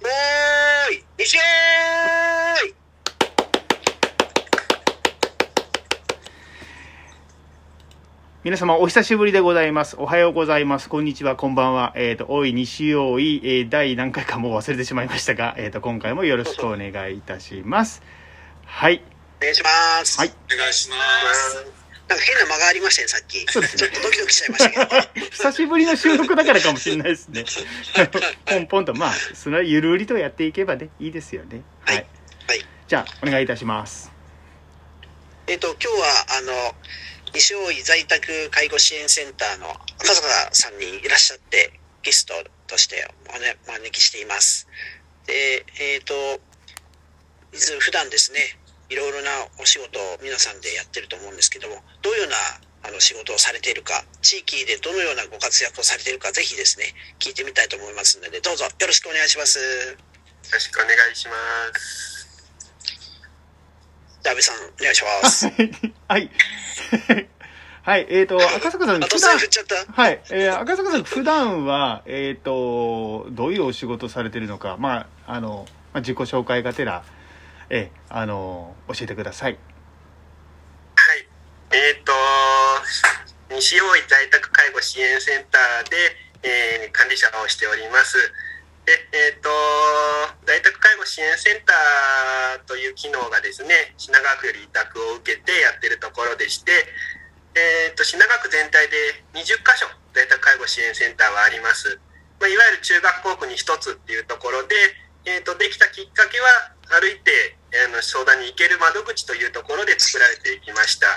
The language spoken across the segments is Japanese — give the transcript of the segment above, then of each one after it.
おーい、西おーい。 皆様お久しぶりでございます。おはようございます。こんにちは、こんばんは。大井西大井、第何回かもう忘れてしまいましたが、今回もよろしくお願いいたします。はい。 お願いします。 はい。 お願いします。 なんか変な間がありましたね、さっき。 そうですね。 ちょっとドキドキしちゃいましたけど。 久しぶりの収録だからかもしれないですね。ポンポンと、まあ、それはゆるうりとやっていけばね、いいですよね。はい。 はい。 じゃあ、お願いいたします。 今日は、西大井在宅介護支援センターの赤坂さんにいらっしゃって、ゲストとしてお招きしています。で、普段ですね、いろいろなお仕事を皆さんでやってると思うんですけども、どういうような仕事をされているか、地域でどのようなご活躍をされているか、ぜひですね、聞いてみたいと思いますので、どうぞよろしくお願いします。 よろしくお願いします。 安部さん、お願いします。 はい。はい、赤坂さん、 突然振っちゃった。 はい、赤坂さん、普段は、どういうお仕事されてるのか、自己紹介がてら、教えてください。 はい。西大井在宅介護支援センターで、管理者をしております。で、在宅介護支援センターという機能がですね、品川区より委託を受けてやってるところでして、品川区全体で20カ所在宅介護支援センターはあります。いわゆる中学校区に一つっていうところで、できたきっかけは歩いて相談に行ける窓口というところで作られていきました。はい。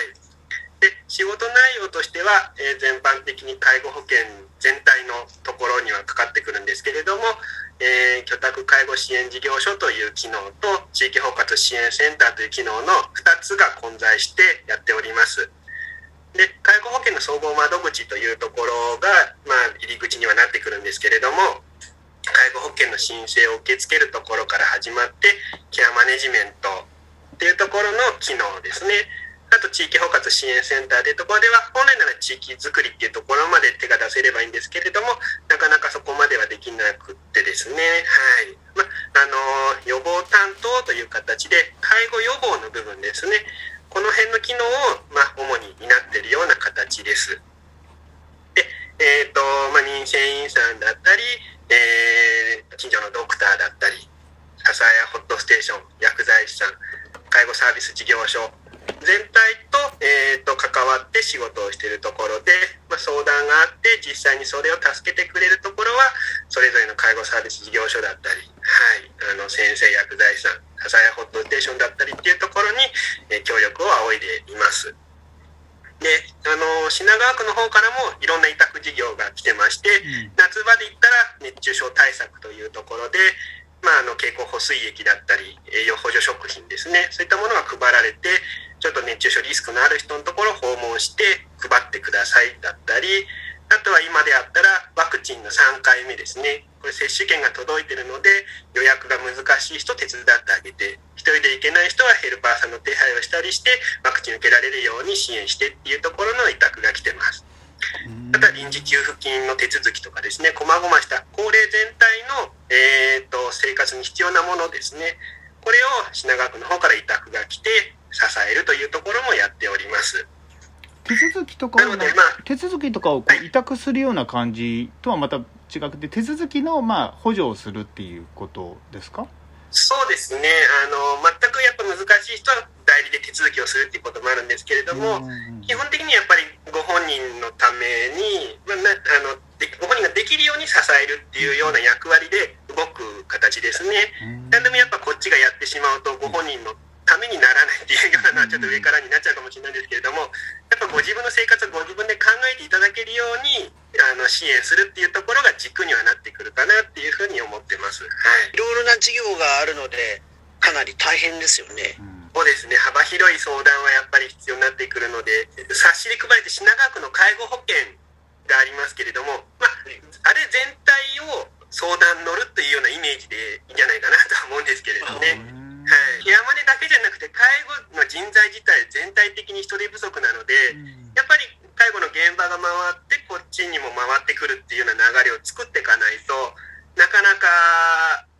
で、仕事内容としては、全般的に介護保険全体のところにはかかってくるんですけれども、居宅介護支援事業所という機能と地域包括支援センターという機能の2つが混在してやっております。で、介護保険の総合窓口というところが、入り口にはなってくるんですけれども、介護保険の申請を受け付けるところから始まって、ケアマネジメントっていうところの機能ですね。あと地域包括支援センターというところでは、本来なら地域づくりっていうところまで手が出せればいいんですけれども、なかなかそこまではできなくってですね、はい。予防担当という形で、介護予防の部分ですね。この辺の機能を、主に担っているような形です。で、認定員さんだったり、近所のドクターだったり、笹やホットステーション、薬剤師さん、介護サービス事業所、全体と、関わって仕事をしているところで、相談があって実際にそれを助けてくれるところはそれぞれの介護サービス事業所だったり、はい、先生薬剤師さん、笹やホットステーションだったりっていうところに、協力を仰いでいます。で、品川区の方からもいろんな委託事業が来てまして、夏場で言ったら熱中症対策というところで、経口補水液だったり栄養補助食品ですね、そういったものが配られて、ちょっと熱中症リスクのある人のところを訪問して配ってくださいだったり、あとは今であったらワクチンの3回目ですね、これ接種券が届いているので予約が難しい人手伝ってあげて、一人で行けない人はヘルパーさんの手配をしたりしてワクチン受けられるように支援してっていうところの委託が来てます。あとは臨時給付金の手続きとかですね、細々した高齢全体の、生活に必要なものですね、これを品川区の方から委託が来て支えるというところもやっております。 手続きとかを、手続きとかを委託するような感じとはまた違くて、手続きの補助をするっていうことですか？ そうですね、全くやっぱ難しい人は代理で手続きをするっていうこともあるんですけれども、基本的にやっぱりご本人のために、ご本人ができるように支えるっていうような役割で動く形ですね。何でもやっぱこっちがやってしまうとご本人のためにならないっていうようなのはちょっと上からになっちゃうかもしれないんですけれども、やっぱご自分の生活をご自分で考えていただけるように支援するっていうところが軸にはなってくるかなっていうふうに思ってます。はい。 いろいろな事業があるのでかなり大変ですよね。 そうですね、幅広い相談はやっぱり必要になってくるので、冊子で配られて品川区の介護保険がありますけれども、あれ全体を相談乗るというようなイメージでいいんじゃないかなと思うんですけれどもね。はい、ケアマネだけじゃなくて介護の人材自体全体的に人手不足なので、やっぱり介護の現場が回ってこっちにも回ってくるっていうような流れを作っていかないとなかなか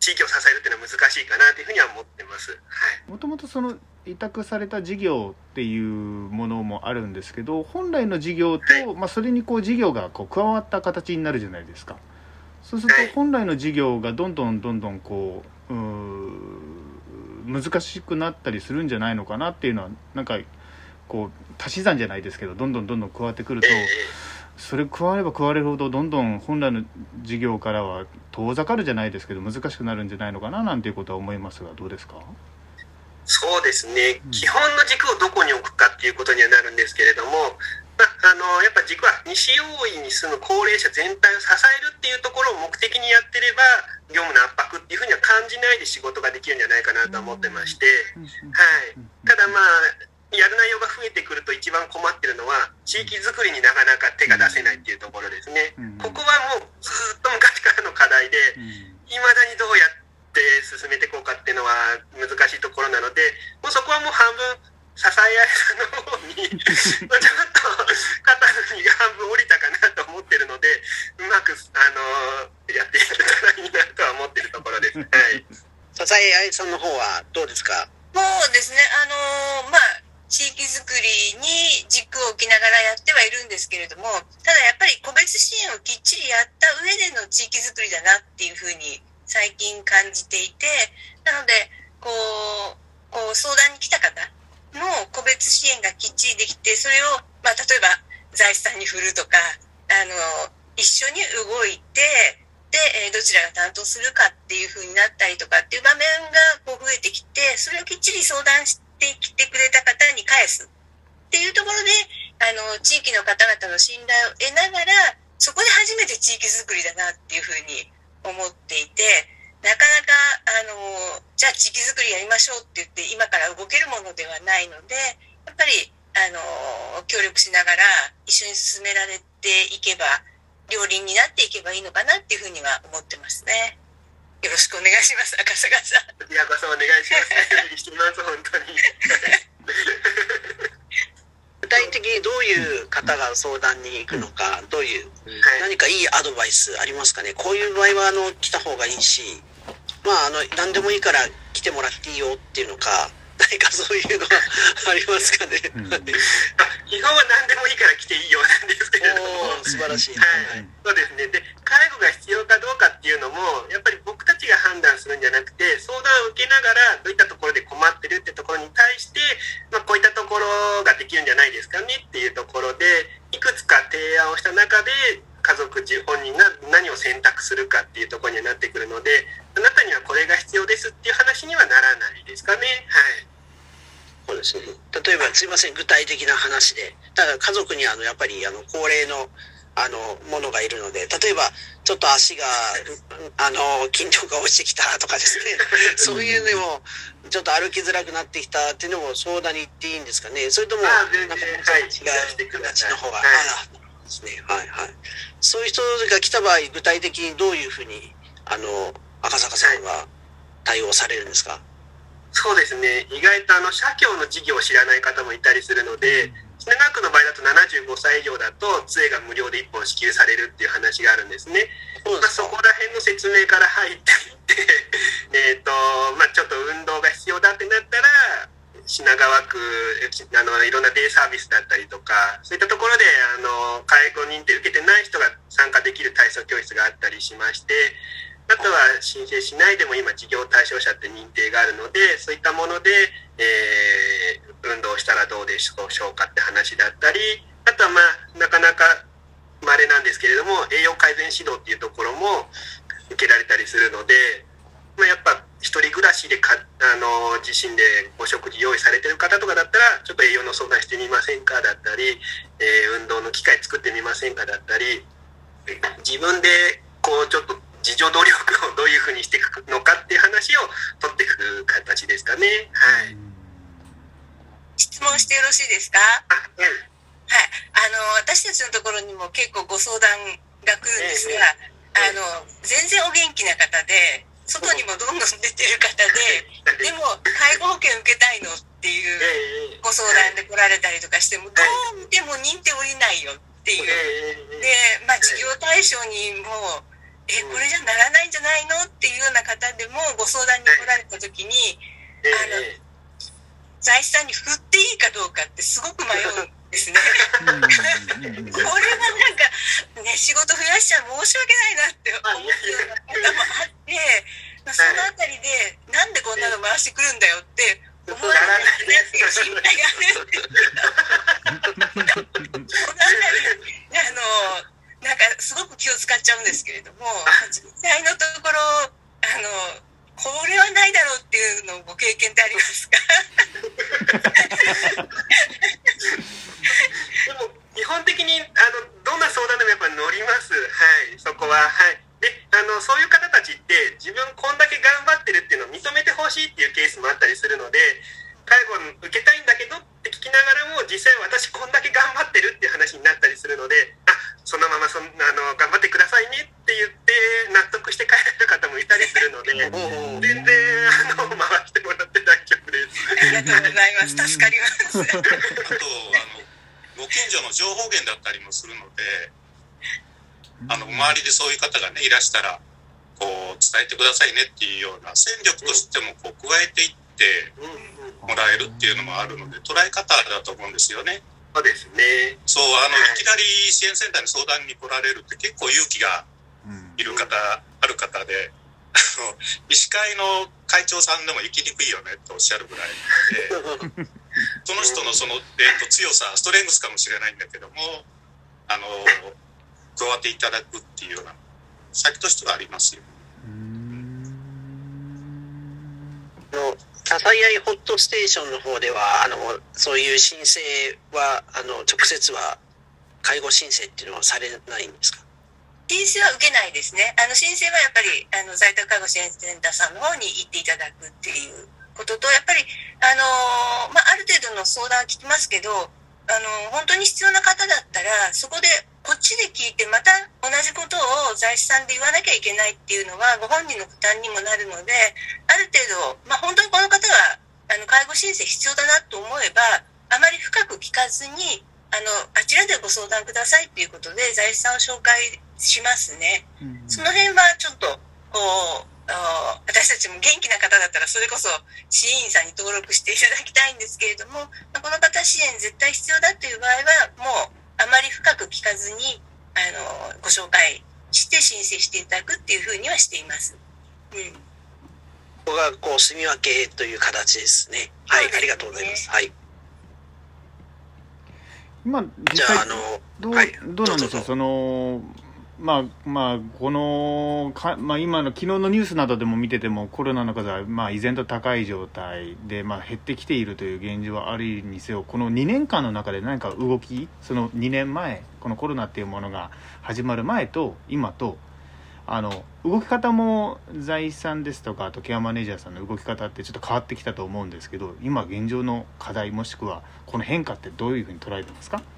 地域を支えるっていうのは難しいかなというふうには思ってます。 もともとその委託された事業っていうものもあるんですけど、本来の事業と、それにこう事業がこう加わった形になるじゃないですか。そうすると本来の事業がどんどんこう難しくなったりするんじゃないのかなっていうのは、なんかこう足し算じゃないですけど、どんどん加わってくると、それ加われば加われるほどどんどん本来の事業からは遠ざかるじゃないですけど難しくなるんじゃないのかななんていうことは思いますが、どうですか？ そうですね、基本の軸をどこに置くかっていうことにはなるんですけれども、やっぱ軸は西大井に住む高齢者全体を支えるっていうところを目的にやってれば、業務の圧迫っていうふうには感じないで仕事ができるんじゃないかなと思ってまして、ただやる内容が増えてくると一番困ってるのは地域づくりになかなか手が出せないっていうところですね。ここはもうずっと昔からの課題で、いまだにどうやって進めていこうかっていうのは難しいところなので、もうそこはもう半分支え合いさんの方にちょっと肩の荷が半分降りたかなと思ってるので、うまくやっていけたらいいなとは思ってるところです。 支え合いさんの方はどうですか？ そうですね、地域づくりに軸を置きながらやってはいるんですけれども、ただやっぱり個別支援をきっちりやった上での地域づくりだなっていうふうに最近感じていて、なのでこう相談に来た方の個別支援がきっちりできて、それを、例えば財産に振るとか一緒に動いて、でどちらが担当するかっていうふうになったりとかっていう場面がこう増えてきて、それをきっちり相談してきてくれた方に返すっていうところで地域の方々の信頼を得ながら、そこで初めて地域づくりだなっていうふうに思っていて、なかなかじゃあ地域づくりやりましょうって言って今から動けるものではないので、やっぱり協力しながら一緒に進められていけば、両輪になっていけばいいのかなっていうふうには思ってますね。よろしくお願いします、赤坂さん。 いやこそお願いします。お願いしてます本当に。 具体的にどういう方が相談に行くのか、どういう何かいいアドバイスありますかね？こういう場合は来た方がいいし、何でもいいから来てもらっていいよっていうのか、何かそういうのはありますかね？ 基本は何でもいいから来ていいよなんですけれども、 素晴らしい。 そうですね。で、介護が必要かどうかっていうのもやっぱり僕たちが判断するんじゃなくて、相談を受けながらどういったところで困ってるってところに対して、こういったところができるんじゃないですかねっていうところで、いくつか提案をした中で家族本人が何を選択するかっていうところにはなってくるので、あなたにはこれが必要ですっていう話にはならないですかね。 そうですね。例えばすいません、具体的な話で、ただ家族にやっぱり高齢のものがいるので、例えばちょっと足が筋力が落ちてきたとかですねそういうのもちょっと歩きづらくなってきたっていうのも相談に行っていいんですかね？それともなんか違う形の方がですね。そういう人が来た場合、具体的にどういうふうに赤坂さんは対応されるんですか？ そうですね、意外と社協の事業を知らない方もいたりするので、品川区の場合だと75歳以上だと杖が無料で1本支給されるっていう話があるんですね。そこら辺の説明から入っていってちょっと運動が必要だってなったら、品川区いろんなデイサービスだったりとか、そういったところで介護認定受けてない人が参加できる体操教室があったりしまして、あとは申請しないでも今事業対象者って認定があるので、そういったもので、運動したらどうでしょうかって話だったり、あとはなかなか稀なんですけれども栄養改善指導っていうところも受けられたりするので、やっぱ一人暮らしで自身でお食事用意されてる方とかだったら、ちょっと栄養の相談してみませんかだったり、運動の機会作ってみませんかだったり、自分でちょっと自助努力をどういうふうにしていくのかっていう話を取っていく形ですかね。 質問してよろしいですか？私たちのところにも結構ご相談が来るんですが、全然お元気な方で、外にもどんどん出てる方で、でも介護保険受けたいのっていうご相談で来られたりとかしても、どう見ても認定下りないよっていう。で、事業対象にもこれじゃならないんじゃないのっていうような方でもご相談に来られた時に、財師さんに振っていいかどうかってすごく迷うんですね。これはなんかね、仕事増やしちゃ申し訳ないなって思うような方もあって、そのあたりでなんでこんなの回してくるんだよって思われないかなっていう心配があるんですけど、このあたりなんかすごく気を使っちゃうんですけれども、実際のところこれはないだろうっていうのご経験ってありますか？ でも基本的にどんな相談でもやっぱり乗ります。はい、そこは。はい。で、そういう方たちって自分こんだけ頑張ってるっていうのを認めてほしいっていうケースもあったりするので、介護受けたいんだけどって聞きながらも、実際私こんだけ頑張ってるっていう話になったりするので、そのまま頑張ってくださいねって言って納得して帰られる方もいたりするので、全然回してもらって大丈夫です。 ありがとうございます。助かります。 あとご近所の情報源だったりもするので、周りでそういう方がねいらしたらこう伝えてくださいねっていうような戦力としてもこう加えていってもらえるっていうのもあるので、捉え方だと思うんですよね。 そうですね。 そういきなり支援センターに相談に来られるって結構勇気がいる方、ある方で、医師会の会長さんでも生きにくいよねっておっしゃるぐらいでその人の強さストレングスかもしれないんだけども加わっていただくっていうような先としてはありますよ。 多災害ホットステーションの方ではそういう申請は直接は介護申請っていうのはされないんですか？ 申請は受けないですね。申請はやっぱり在宅介護支援センターさんの方に行っていただくっていうことと、やっぱりある程度の相談は聞きますけど、本当に必要な方だったらそこでこっちで聞いてまた同じことを在師さんで言わなきゃいけないっていうのはご本人の負担にもなるので、ある程度、本当にこの方が介護申請必要だなと思えばあまり深く聞かずにあちらでご相談くださいっていうことで在師さんを紹介しますね。その辺はちょっと私たちも元気な方だったらそれこそ支援員さんに登録していただきたいんですけれども、この方支援絶対必要だという場合はもうあまり深く聞かずにご紹介して申請していただくっていうふうにはしています。 ここが住み分けという形ですね。はい、ありがとうございます。はい。 今実際どうなんでしょう。この今の昨日のニュースなどでも見ててもコロナの数は依然と高い状態で減ってきているという現状はあるにせよ、この2年間の中で何か動き、その2年前このコロナっていうものが始まる前と今と動き方も在師さんですとかあとケアマネージャーさんの動き方ってちょっと変わってきたと思うんですけど、今現状の課題もしくはこの変化ってどういうふうに捉えてますか？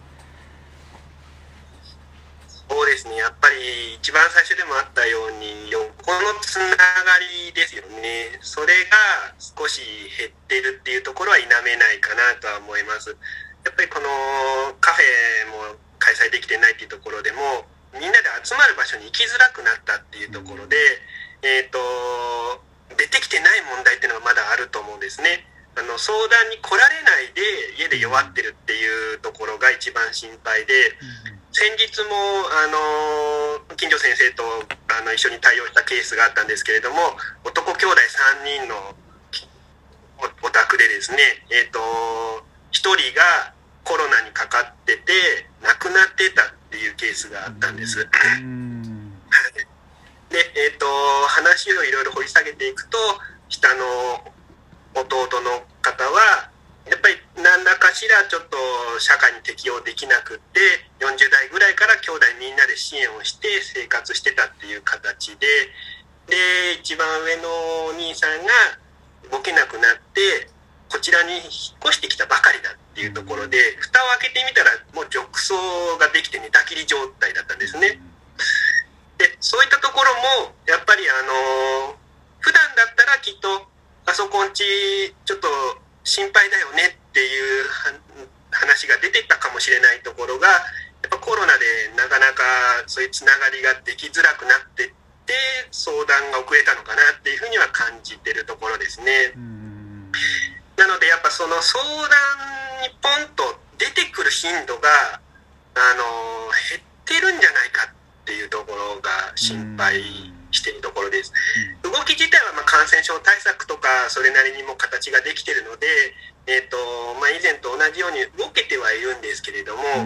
そうですね、やっぱり一番最初でもあったように横のつながりですよね。それが少し減ってるっていうところは否めないかなとは思います。やっぱりこのカフェも開催できてないっていうところでもみんなで集まる場所に行きづらくなったっていうところで、出てきてない問題っていうのがまだあると思うんですね。相談に来られないで家で弱ってるっていうところが一番心配で、先日も金城先生と一緒に対応したケースがあったんですけれども、男兄弟3人のお宅でですね、1人がコロナにかかってて亡くなってたっていうケースがあったんです。で、話をいろいろ掘り下げていくと、下の弟の方はやっぱり何らかしらちょっと社会に適応できなくって、40代ぐらいから兄弟みんなで支援をして生活してたっていう形で、一番上のお兄さんが動けなくなってこちらに引っ越してきたばかりだっていうところで、蓋を開けてみたらもう褥瘡ができて寝たきり状態だったんですね。で、そういったところもやっぱり普段だったらきっとあそこんちちょっと心配だよねっていう話が出てたかもしれないところが、やっぱコロナでなかなかそういうつながりができづらくなってっって相談が遅れたのかなっていうふうには感じてるところですね。なのでやっぱその相談にポンと出てくる頻度が減ってるんじゃないかっていうところが心配しているところです。動き自体は感染症対策とかそれなりにも形ができているので、以前と同じように動けてはいるんですけれども、はい、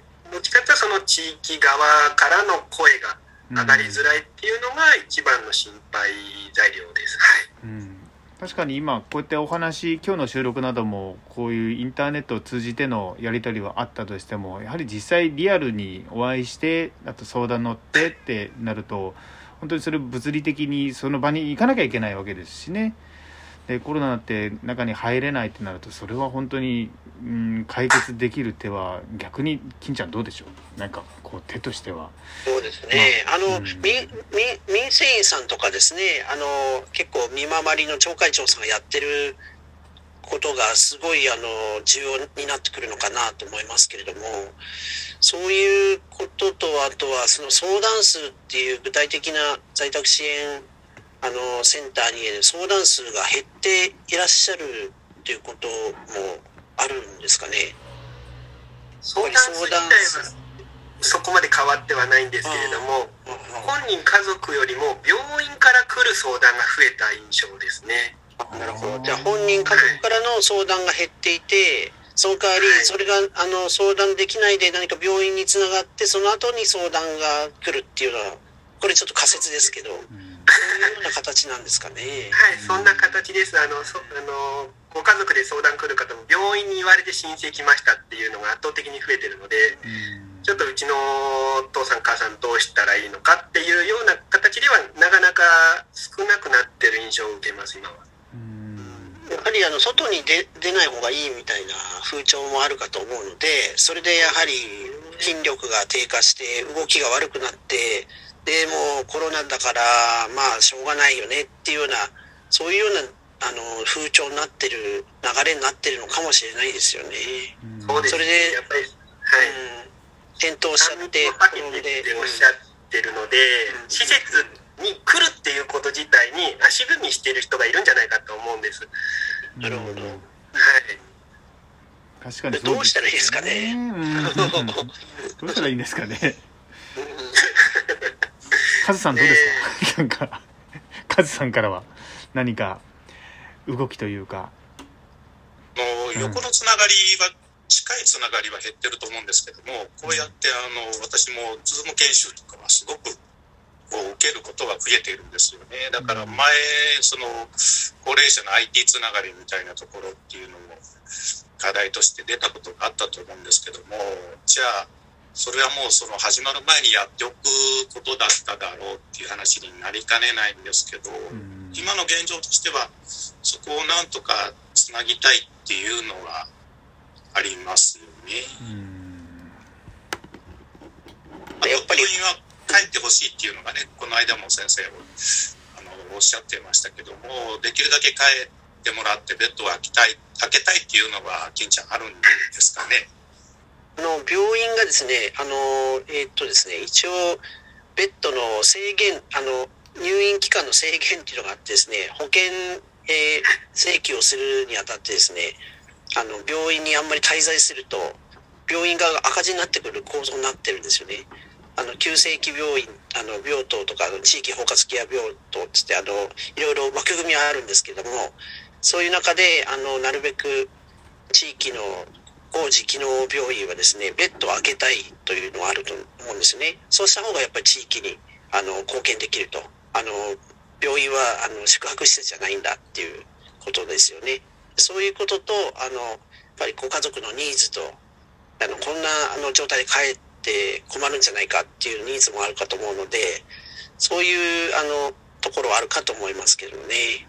どっちかというとその地域側からの声が上がりづらいっていうのが一番の心配材料です。はい。 確かに今こうやってお話、今日の収録などもこういうインターネットを通じてのやり取りはあったとしても、やはり実際リアルにお会いして、あと相談乗ってってなると、本当にそれ物理的にその場に行かなきゃいけないわけですしね。でコロナって中に入れないってなると、それは本当に、解決できる手は逆に金ちゃんどうでしょう。なんかこう手としては。 そうですね。民生委員さんとかですね、結構見回りの町会長さんがやってることがすごい重要になってくるのかなと思いますけれども、そういうことと、あとはその相談数っていう具体的な在宅支援センターに相談数が減っていらっしゃるということもあるんですかね。 相談数自体はそこまで変わってはないんですけれども、本人家族よりも病院から来る相談が増えた印象ですね。 なるほど。じゃあ本人家族からの相談が減っていて、その代わりそれが相談できないで何か病院につながって、その後に相談が来るっていうのは、これちょっと仮説ですけど、そういうような形なんですかね。 はい、そんな形です。ご家族で相談来る方も病院に言われて申請来ましたっていうのが圧倒的に増えてるので、ちょっとうちのお父さん母さんどうしたらいいのかっていうような形ではなかなか少なくなってる印象を受けます、今は。 やはり外に出ない方がいいみたいな風潮もあるかと思うので、それでやはり筋力が低下して動きが悪くなって、でもうコロナだからしょうがないよねっていうような、そういうような風潮になってる、流れになってるのかもしれないですよね。 そうですね。 それでやっぱり、 転倒しちゃって転んでおっしゃってるので、施設に来るっていうこと自体に足踏みしてる人がいるんじゃないかと思うんです。 なるほど。はい。 確かにどうしたらいいですかね。 どうしたらいいんですかね。カズさんどうですか。なんかカズさんからは何か動きというか、 横のつながりは、近いつながりは減ってると思うんですけども、こうやって私もズーム研修とかはすごく受けることが増えているんですよね。だから前その高齢者の IT つながりみたいなところっていうのも課題として出たことがあったと思うんですけども、じゃあそれはもうその始まる前にやっておくことだっただろうっていう話になりかねないんですけど、今の現状としてはそこをなんとかつなぎたいっていうのはありますよね。やっぱり病院は帰ってほしいっていうのがね、この間も先生おっしゃってましたけども、できるだけ帰ってもらってベッドを開けたいっていうのは金ちゃんあるんですかね。 病院がですね、ですね、一応ベッドの制限、入院期間の制限っていうのがあってですね、保険、請求をするにあたってですね、病院にあんまり滞在すると病院側が赤字になってくる構造になってるんですよね。急性期病院病棟とか地域包括ケア病棟つっていろいろ枠組みはあるんですけども、そういう中でなるべく地域の工事機能病院はですね、ベッドを開けたいというのはあると思うんですよね。そうした方がやっぱり地域に貢献できると。病院は宿泊施設じゃないんだっていうことですよね。そういうこととやっぱりご家族のニーズとこんな状態で帰って困るんじゃないかっていうニーズもあるかと思うので、そういうところはあるかと思いますけどね。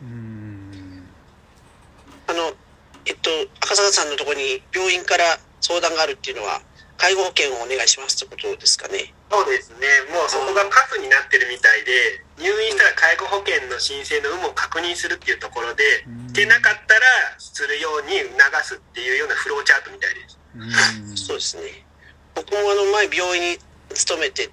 赤坂さんのところに病院から相談があるっていうのは介護保険をお願いしますってことですかね。 そうですね。もうそこがカフになってるみたいで、入院したら介護保険の申請の有無を確認するっていうところで、してなかったらするように促すっていうようなフローチャートみたいです。 そうですね。僕も前病院に勤めて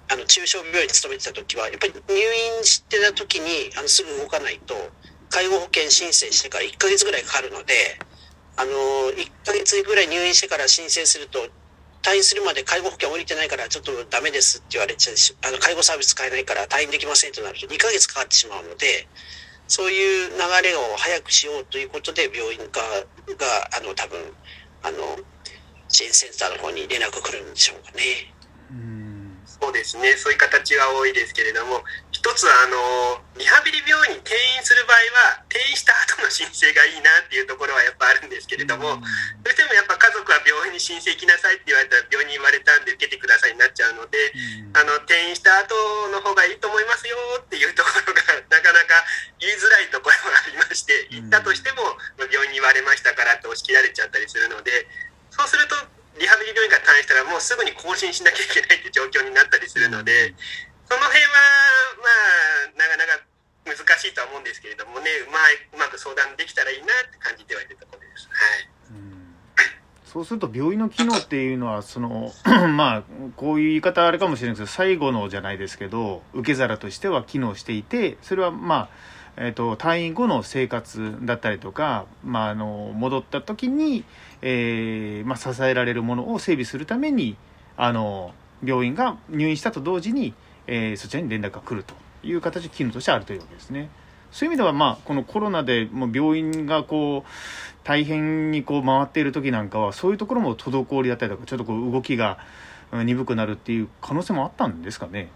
中小病院に勤めてた時はやっぱり入院してた時にすぐ動かないと介護保険申請してから1ヶ月ぐらいかかるので、1ヶ月ぐらい入院してから申請すると退院するまで介護保険降りてないからちょっとダメですって言われちゃう、介護サービス使えないから退院できませんとなると2ヶ月かかってしまうので、そういう流れを早くしようということで病院側が多分支援センターの方に連絡来るんでしょうかね。 そうですね、そういう形は多いですけれども、一つリハビリ病院に転院する場合は転院した後の申請がいいなっていうところはやっぱあるんですけれども、どうしてもやっぱ家族は病院に申請行きなさいって言われたら病院に言われたんで受けてくださいになっちゃうので、転院した後の方がいいと思いますよっていうところがなかなか言いづらいところがありまして、行ったとしても病院に言われましたからって押し切られちゃったりするので、そうするとリハビリ病院が退院したらもうすぐに更新しなきゃいけないって状況になったりするので、その辺はなかなか難しいとは思うんですけれどもね、うまく相談できたらいいなって感じてはいるところです。はい。 そうすると病院の機能っていうのはこういう言い方あれかもしれないですけど、最後のじゃないですけど受け皿としては機能していて、それは退院後の生活だったりとか、戻った時に、支えられるものを整備するために病院が入院したと同時に、そちらに連絡が来るという形で機能としてあるというわけですね。そういう意味ではこのコロナでもう病院が大変に回っている時なんかはそういうところも滞りだったりとか、ちょっと動きが鈍くなるっていう可能性もあったんですかね。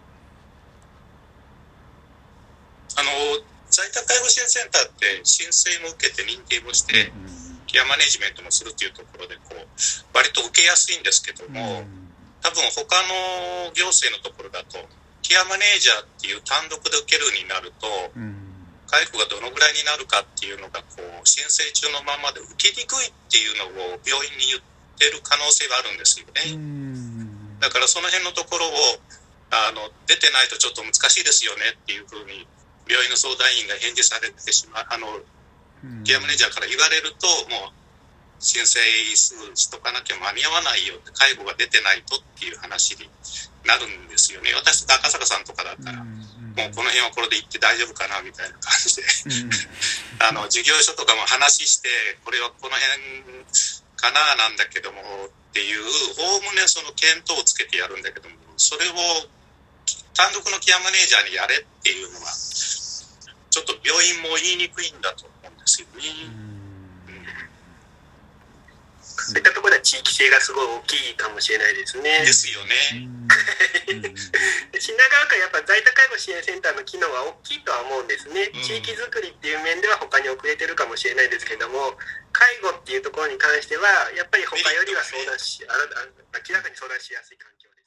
在宅介護支援センターって申請も受けて認定もして、ケアマネジメントもするっていうところで割と受けやすいんですけども、多分他の行政のところだとケアマネージャーっていう単独で受けるになると、介護がどのぐらいになるかっていうのが申請中のままで受けにくいっていうのを病院に言ってる可能性があるんですよね。だからその辺のところを出てないとちょっと難しいですよねっていうふうに病院の相談員が返事されてしまう、ケアマネージャーから言われると、もう申請数しとかなきゃ間に合わないよって、介護が出てないとっていう話になるんですよね。私と赤坂さんとかだったら、もうこの辺はこれで行って大丈夫かなみたいな感じで事業所とかも話して、これはこの辺かななんだけどもっていう、おおむねその見当をつけてやるんだけども、それを単独のケアマネージャーにやれっていうのはちょっと病院も言いにくいんだと思うんですよね。 そういったところでは地域性がすごい大きいかもしれないですね。 ですよね。 品川区はやっぱ在宅介護支援センターの機能は大きいとは思うんですね。地域づくりっていう面では他に遅れてるかもしれないですけども、介護っていうところに関してはやっぱり他よりは明らかに相談しやすい環境で